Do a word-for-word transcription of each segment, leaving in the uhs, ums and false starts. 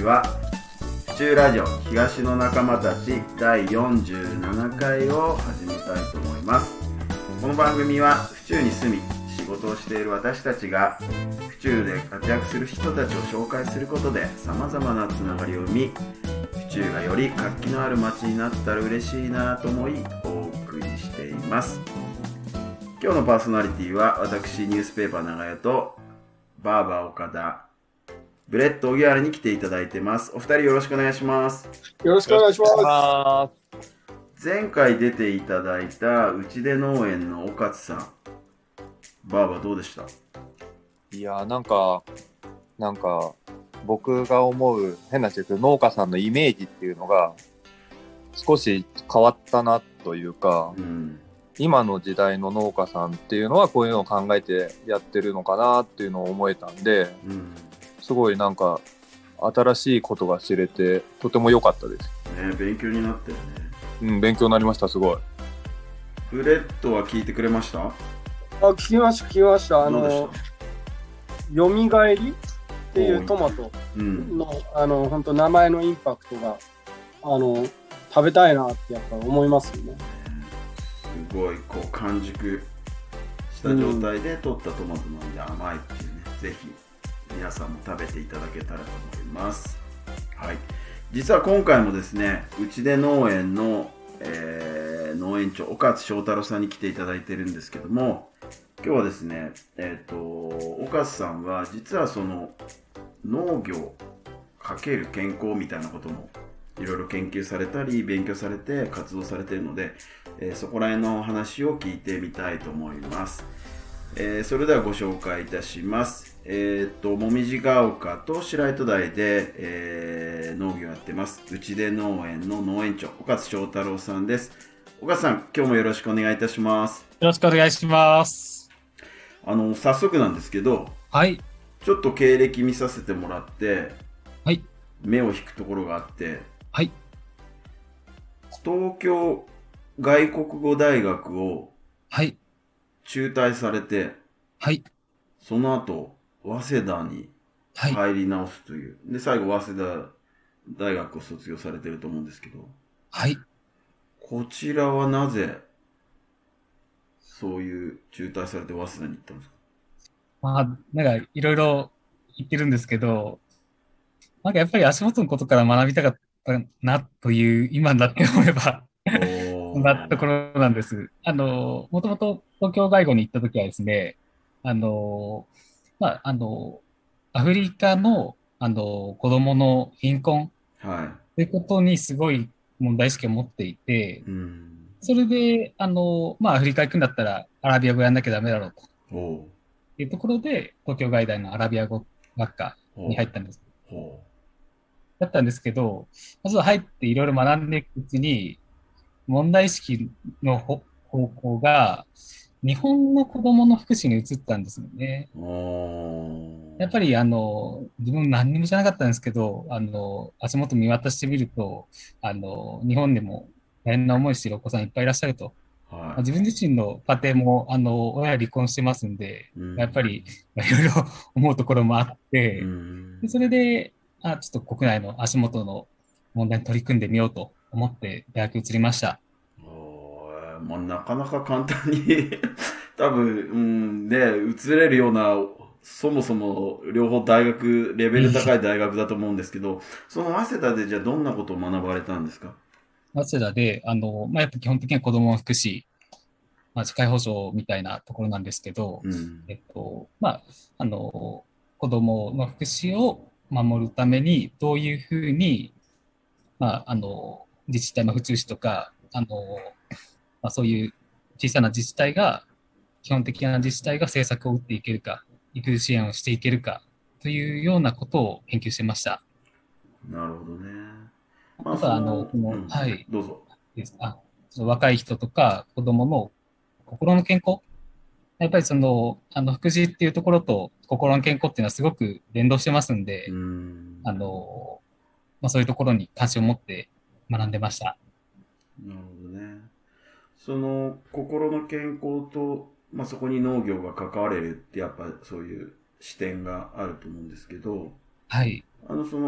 は府中ラジオ東の仲間たちだいよんじゅうななかいを始めたいと思います。この番組は府中に住み仕事をしている私たちが府中で活躍する人たちを紹介することでさまざまなつながりを生み、府中がより活気のある街になったら嬉しいなと思いお送りしています。今日のパーソナリティは私ニュースペーパー長屋とバーバー岡田、ブレッド荻原に来ていただいてます。お二人よろしくお願いします。 よろしくお願いします。 前回出ていただいた内出農園の岡津さん、バーバーどうでした？ いやーなんかなんか僕が思う変な話ですけど農家さんのイメージっていうのが少し変わったなというか、うん、今の時代の農家さんっていうのはこういうのを考えてやってるのかなっていうのを思えたんで、うん、すごいなんか新しいことが知れてとても良かったです。 ね、勉強になってるね。 うん、勉強になりました。すごい。 ブレッドは聞いてくれました？ あ、聞きました聞きました。あのよみがえりっていうトマトの、うん、あの本当名前のインパクトがあの食べたいなってやっぱ思いますよね。 すごいこう完熟した状態で取ったトマトなんで甘いっていうね、うん、ぜひ皆さんも食べていただけたらと思います。はい、実は今回もですね、内出農園の、えー、農園長岡津翔太郎さんに来ていただいてるんですけども、今日はですね、えっと岡津さんは実はその農業×健康みたいなこともいろいろ研究されたり勉強されて活動されているので、えー、そこら辺の話を聞いてみたいと思います。えー、それではご紹介いたします。えー、っともみじが丘と白糸台で、えー、農業やってます内出農園の農園長岡津翔太郎さんです。岡津さん、今日もよろしくお願いいたします。 よろしくお願いします。 あの早速なんですけど、 はい、 ちょっと経歴見させてもらって、 はい、 目を引くところがあって、 はい、 東京外国語大学を中退されて、 はい、 その後早稲田に入り直すという、はい、で最後早稲田大学を卒業されてると思うんですけど、 はい、 こちらはなぜそういう中退されて早稲田に行ったんですか？ まあ、なんかいろいろ言ってるんですけど、なんかやっぱり足元のことから学びたかったなという、今になって思えばそんなところなんです。あの、もともと東京外語に行った時はですね、あの、まあ、あの、アフリカの、あの、子供の貧困ということにすごい問題意識を持っていて、 うん、 それで、あの、まあ、アフリカ行くんだったらアラビア語やんなきゃダメだろうというところで、東京外大のアラビア語学科に入ったんです。だったんですけど、まずは入っていろいろ学んでいくうちに、問題意識の方向が日本の子供の福祉に移ったんですよね。やっぱりあの自分何にも知らなかったんですけど、あの足元見渡してみると、あの日本でも大変な思いしているお子さんいっぱいいらっしゃると。はい、自分自身の家庭もあの親離婚してますんで、うん、やっぱりいろいろ思うところもあって、うん、でそれであちょっと国内の足元の問題に取り組んでみようと思って大学移りました。 まあ、なかなか簡単に多分、うんね、移れるような、そもそも両方大学、レベル高い大学だと思うんですけど、その早稲田でじゃあどんなことを学ばれたんですか？ 早稲田で、あの、まあ、やっぱ基本的には子どもの福祉、まあ、社会保障みたいなところなんですけど、うん、えっと、まあ、あの、子どもの福祉を守るために、どういうふうに、まあ、あの、自治体の府中市とか、あの、まあ、そういう小さな自治体が、基本的な自治体が政策を打っていけるか、育児支援をしていけるか、というようなことを研究してました。 なるほどね。 まあ、あとは、あの、この、うん、はい。 どうぞ。 あ、その若い人とか子供の心の健康。やっぱりその、あの、福祉っていうところと心の健康っていうのはすごく連動してますんで、うんあの、まあ、そういうところに関心を持って学んでました。 なるほどね。その心の健康と、まあ、そこに農業が関われるってやっぱそういう視点があると思うんですけど、 はい。 あのその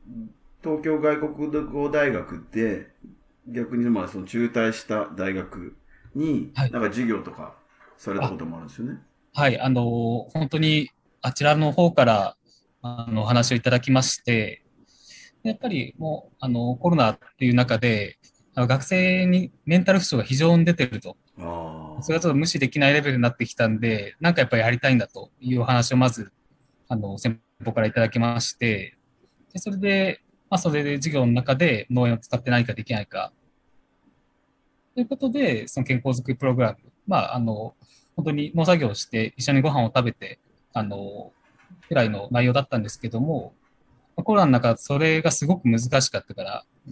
東京外国語大学って逆にまあその中退した大学になんか授業とかされたこともあるんですよね。 はい、はい、あの本当にあちらの方からあのお話をいただきまして、やっぱりもうあのコロナっていう中で学生にメンタル不調が非常に出てると。あ、それはちょっと無視できないレベルになってきたんで、なんかやっぱりやりたいんだというお話をまずあの先方からいただきまして、でそれで、まあ、それで授業の中で農園を使って何かできないかということで、その健康づくりプログラム、まあ、あの本当に農作業をして一緒にご飯を食べてあのくらいの内容だったんですけども、コロナの中それがすごく難しかったから、うん、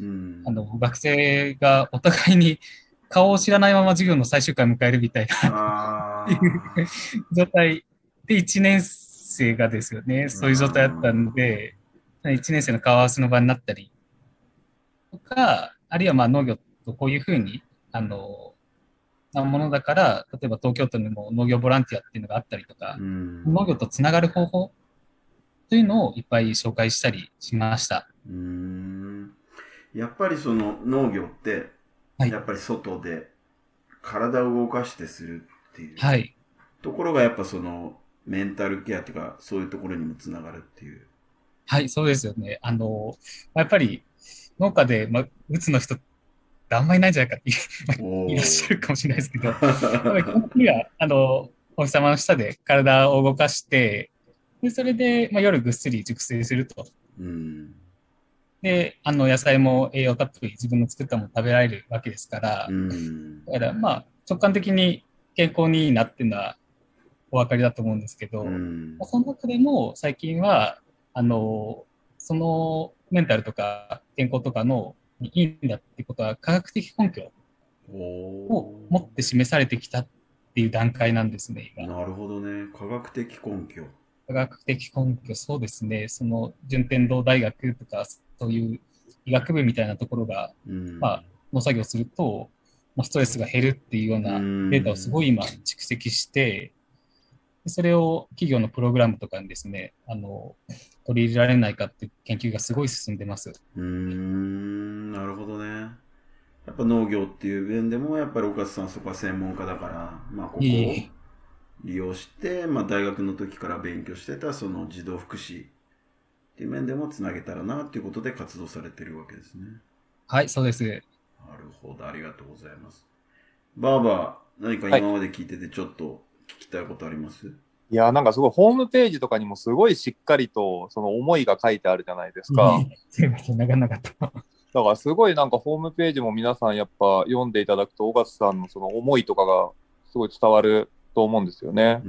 あの学生がお互いに顔を知らないまま授業の最終回を迎えるみたいな状態でいちねん生がですよね、そういう状態だったんで、いちねん生の顔合わせの場になったりとか、あるいはまあ農業とこういうふうにあのなものだから、例えば東京都にも農業ボランティアっていうのがあったりとか、うん、農業とつながる方法というのをいっぱい紹介したりしました。 うーん、やっぱりその農業って、はい、やっぱり外で体を動かしてするっていう、はい、ところがやっぱそのメンタルケアとかそういうところにもつながるっていう。 はい、そうですよね。あのやっぱり農家で、ま、うつの人ってあんまりないんじゃないかっていらっしゃるかもしれないですけど、基本的にはあのお日様の下で体を動かしてでそれで、まあ、夜ぐっすり熟睡すると、うん、であの野菜も栄養たっぷり自分の作ったもの食べられるわけですから、うん、だからまあ直感的に健康にいいなっていうのはお分かりだと思うんですけど、うん、まあ、その中でも最近はあのそのメンタルとか健康とかのいいんだってことは科学的根拠を持って示されてきたっていう段階なんですね、 今。なるほどね。科学的根拠。 科学的根拠、そうですね。その順天堂大学とかそういう医学部みたいなところが、うん、まあ、農作業するとストレスが減るっていうようなデータをすごい今蓄積して、それを企業のプログラムとかにですね、あの取り入れられないかっていう研究がすごい進んでます。 うーん、なるほどね。やっぱ農業っていう面でもやっぱり岡津さんそこは専門家だから、まあここを利用して、まあ大学の時から勉強してたその児童福祉っていう面でもつなげたらなっていうことで活動されてるわけですね。 はい、そうです。なるほど、ありがとうございます。バーバー、何か今まで聞いててちょっと聞きたいことあります？はい、 いや、なんかすごいホームページとかにもすごいしっかりとその思いが書いてあるじゃないですか。 すいません、長々と。 だからすごいなんかホームページも皆さんやっぱ読んでいただくと、岡津さんのその思いとかがすごい伝わると思うんですよね。うん、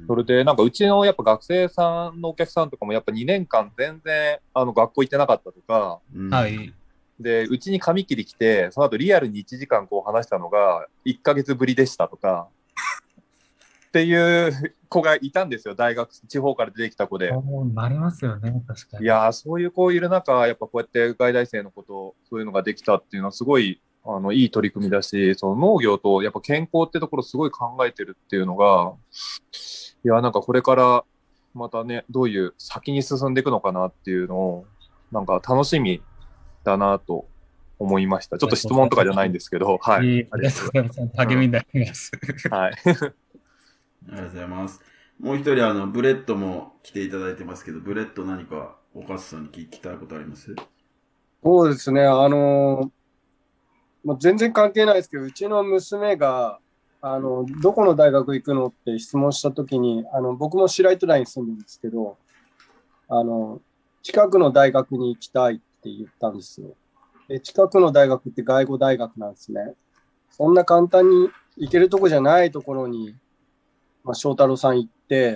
それでなんかうちのやっぱ学生さんのお客さんとかもやっぱにねんかん全然あの学校行ってなかったとか、 うん、はい。 で、うちに髪切り来て、その後リアルにいちじかんこう話したのがいっかげつぶりでしたとか、っていう子がいたんですよ、大学、地方から出てきた子で。 なりますよね、確かに。 いやー、そういう子いる中、やっぱこうやって外来生のこと、そういうのができたっていうのはすごい、あの、いい取り組みだし、その農業とやっぱ健康ってところすごい考えてるっていうのが、いやー、なんかこれからまたね、どういう先に進んでいくのかなっていうのを、なんか楽しみだなと思いました。ちょっと質問とかじゃないんですけど、はい。 ありがとうございます。励みになります。 はい。 ありがとうございます。もう一人、あの、ブレッドも来ていただいてますけど、ブレッド何か岡津さんに聞きたいことあります？ そうですね、あの、まあ、全然関係ないですけど、うちの娘が、あの、どこの大学行くのって質問したときに、あの、僕も白糸台に住んでるんですけど、あの、近くの大学に行きたいって言ったんですよ。で、近くの大学って外語大学なんですね。そんな簡単に行けるとこじゃないところに、まあ、翔太郎さん行って、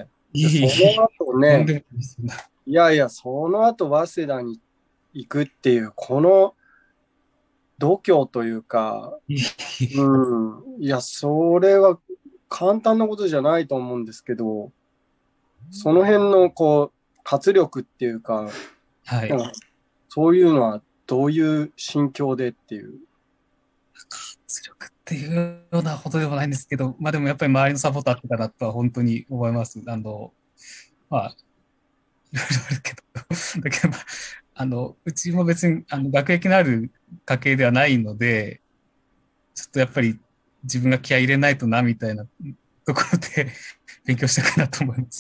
その後ね、いやいや、その後早稲田に行くっていう、この度胸というか、うん、いや、それは簡単なことじゃないと思うんですけど、その辺のこう活力っていうか、 はい、 なんかそういうのはどういう心境でっていう。 活力っていうようなことでもないんですけど、まあでもやっぱり周りのサポーターとかだとは本当に思います。あの、まあ、いろいろあるけど、だけど、まあ、 あの、うちも別に、あの、学歴のある家系ではないので、ちょっとやっぱり自分が気合い入れないとな、みたいなところで勉強したかなと思います。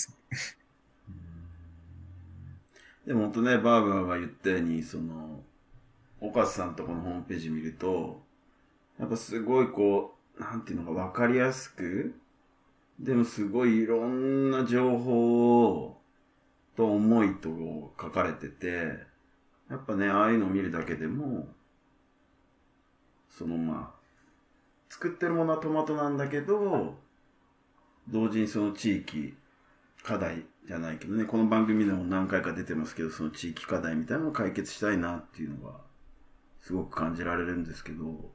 でも本当ね、バーバーが言ったように、その、岡さんとこのホームページ見ると、やっぱすごいこう、なんていうのか分かりやすく、でもすごいいろんな情報を、と思いと書かれてて、やっぱね、ああいうのを見るだけでも、そのまあ、作ってるものはトマトなんだけど、同時にその地域課題じゃないけどね、この番組でも何回か出てますけど、その地域課題みたいなのを解決したいなっていうのが、すごく感じられるんですけど、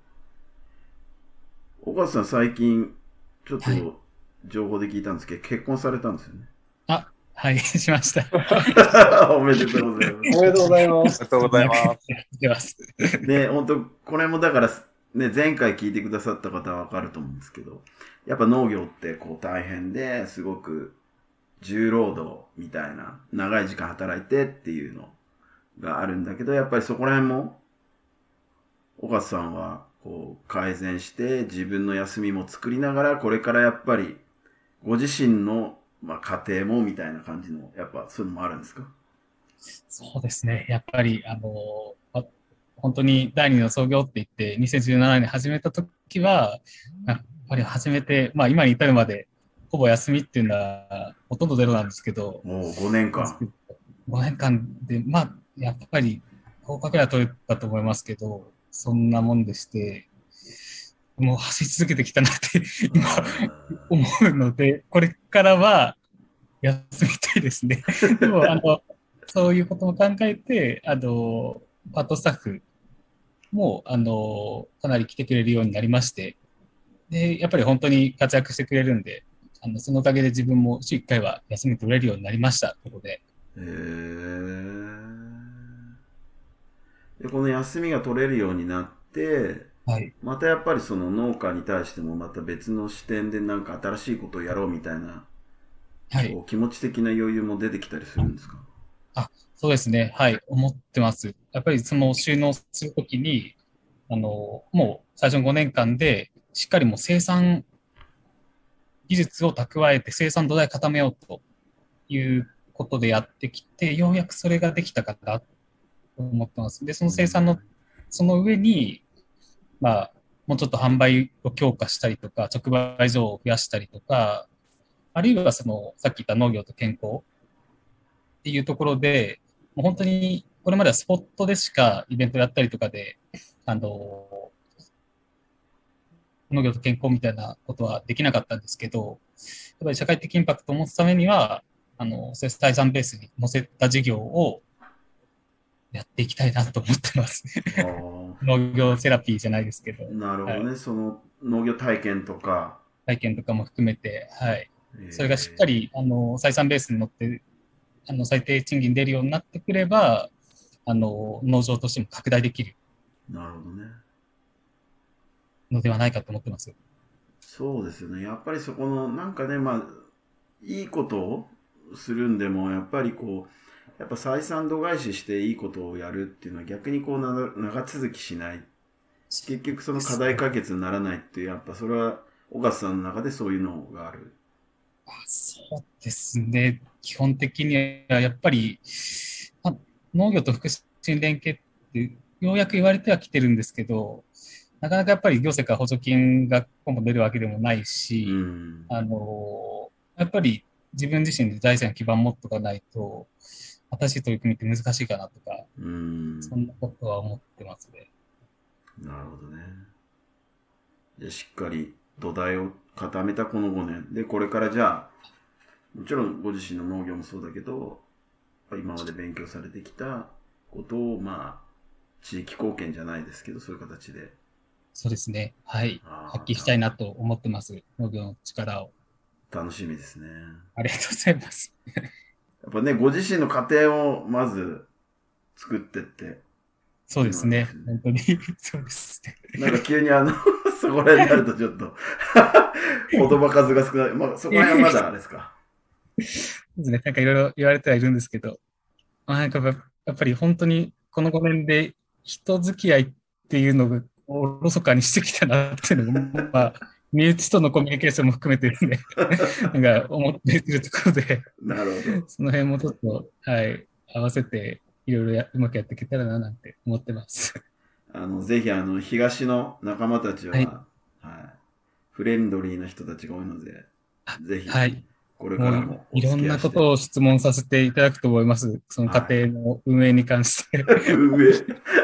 岡さん最近、ちょっと情報で聞いたんですけど、はい、結婚されたんですよね。 あ、はい、しました。 おめでとうございます。 おめでとうございます。 おめでとうございます。 ね、本当これもだから、ね、前回聞いてくださった方はわかると思うんですけど、やっぱ農業ってこう大変ですごく重労働みたいな、長い時間働いてっていうのがあるんだけど、やっぱりそこら辺も、岡さんはこう改善して自分の休みも作りながら、これからやっぱりご自身のまあ家庭もみたいな感じの、やっぱそういうのもあるんですか？ そうですね。やっぱり、あの、本当に第二の創業って言って、にせんじゅうななねん始めた時は、やっぱり始めて、まあ今に至るまで、ほぼ休みっていうのはほとんどゼロなんですけど、 もうごねんかん。 ごねんかんで、まあ、やっぱり、合格は取れたと思いますけど、そんなもんでして、もう走り続けてきたなって今思うので、これからは休みたいですね。でも、あの、そういうことも考えて、あの、パートスタッフも、あの、かなり来てくれるようになりまして、で、やっぱり本当に活躍してくれるんで、あの、そのおかげで自分も週いっかいは休み取れるようになりました、ここで。 へー。で、この休みが取れるようになって、 はい、 またやっぱりその農家に対してもまた別の視点でなんか新しいことをやろうみたいな、はい、気持ち的な余裕も出てきたりするんですか？ あ、そうですね。はい、思ってます。やっぱりその収納するときに、あの、もう最初のごねんかんで、しっかりもう生産技術を蓄えて生産土台固めようということでやってきて、ようやくそれができたかなと思ってます。で、その生産の、その上に、まあ、もうちょっと販売を強化したりとか、直売所を増やしたりとか、あるいはその、さっき言った農業と健康っていうところで、もう本当に、これまではスポットでしかイベントやったりとかで、あの、農業と健康みたいなことはできなかったんですけど、やっぱり社会的インパクトを持つためには、あの、採算ベースに乗せた事業をやっていきたいなと思ってます。農業セラピーじゃないですけど。 なるほどね。はい、その農業体験とか。 体験とかも含めて、はい。それがしっかり、あの、採算ベースに乗って、あの、最低賃金出るようになってくれば、あの、農場としても拡大できる。 なるほどね。 のではないかと思ってます。 そうですよね。やっぱりそこの、なんかね、まあ、いいことをするんでも、やっぱりこう、やっぱ採算度外視していいことをやるっていうのは逆にこう長続きしない。結局その課題解決にならないっていう、やっぱそれは、小笠さんの中でそういうのがある。 あ、そうですね。基本的にはやっぱり、まあ、農業と福祉連携ってようやく言われてはきてるんですけど、なかなかやっぱり行政から補助金が今後出るわけでもないし、うん、あの、やっぱり自分自身で財産基盤を持っとかないと、新しい取り組みって難しいかなとか、うん、そんなことは思ってますね。 なるほどね。じゃあしっかり土台を固めたこのごねんで、これからじゃあ、もちろんご自身の農業もそうだけど、今まで勉強されてきたことを、まあ、地域貢献じゃないですけど、そういう形で。 そうですね。はい。発揮したいなと思ってます。農業の力を。 楽しみですね。 ありがとうございます。 やっぱね、ご自身の家庭をまず作ってって。 そうですね。本当に、そうですね。 なんか急にあの、そこら辺になるとちょっと、言葉数が少ない。まあ、そこら辺はまだあれですか。 そうですね。なんかいろいろ言われてはいるんですけど、まあ、なんかやっやっぱり本当にこのごねんで人付き合いっていうのがおろそかにしてきたなっていうのも、まあ、身内とのコミュニケーションも含めてるんで、なんか思っているところで、 なるほど。 その辺もちょっと、はい、合わせていろいろやうまくやっていけたらななんて思ってます。 あのぜひあの東の仲間たちは、はいはい、フレンドリーな人たちが多いので、ぜひ、はいこれからもいろんなことを質問させていただくと思います。その家庭の運営に関して。はい、運営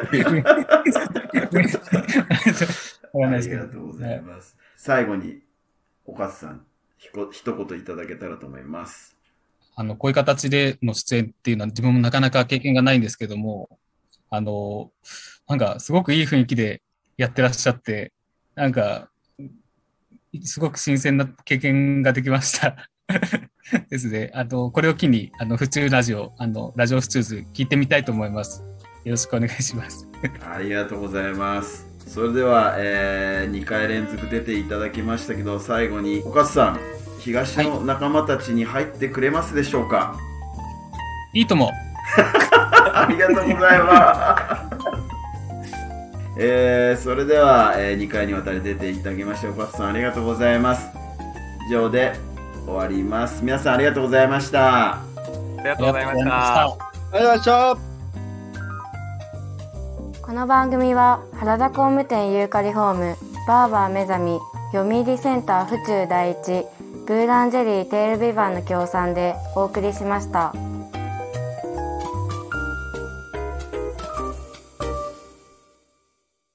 ありがとうございます。はい、最後に、おかつさん、ひこ一言いただけたらと思います。 あの、こういう形での出演っていうのは自分もなかなか経験がないんですけども、あの、なんかすごくいい雰囲気でやってらっしゃって、なんか、すごく新鮮な経験ができました。ですね。あの、これを機に、あの、府中ラジオ、あの、ラジオ府中図聞いてみたいと思います。よろしくお願いします。 ありがとうございます。それでは、えー、にかい連続出ていただきましたけど、最後に、おかつさん、東の仲間たちに入ってくれますでしょうか？はい、いいとも。 ありがとうございます。えー、それでは、えー、にかいにわたり出ていただきまして、おかつさんありがとうございます。以上で終わります。皆さんありがとうございました。 ありがとうございました。 ありがとうございました。 この番組は原田工務店ユーカリホーム、バーバー目覚み、読売センター府中第一、ブーランジェリーテールビバンの協賛でお送りしました。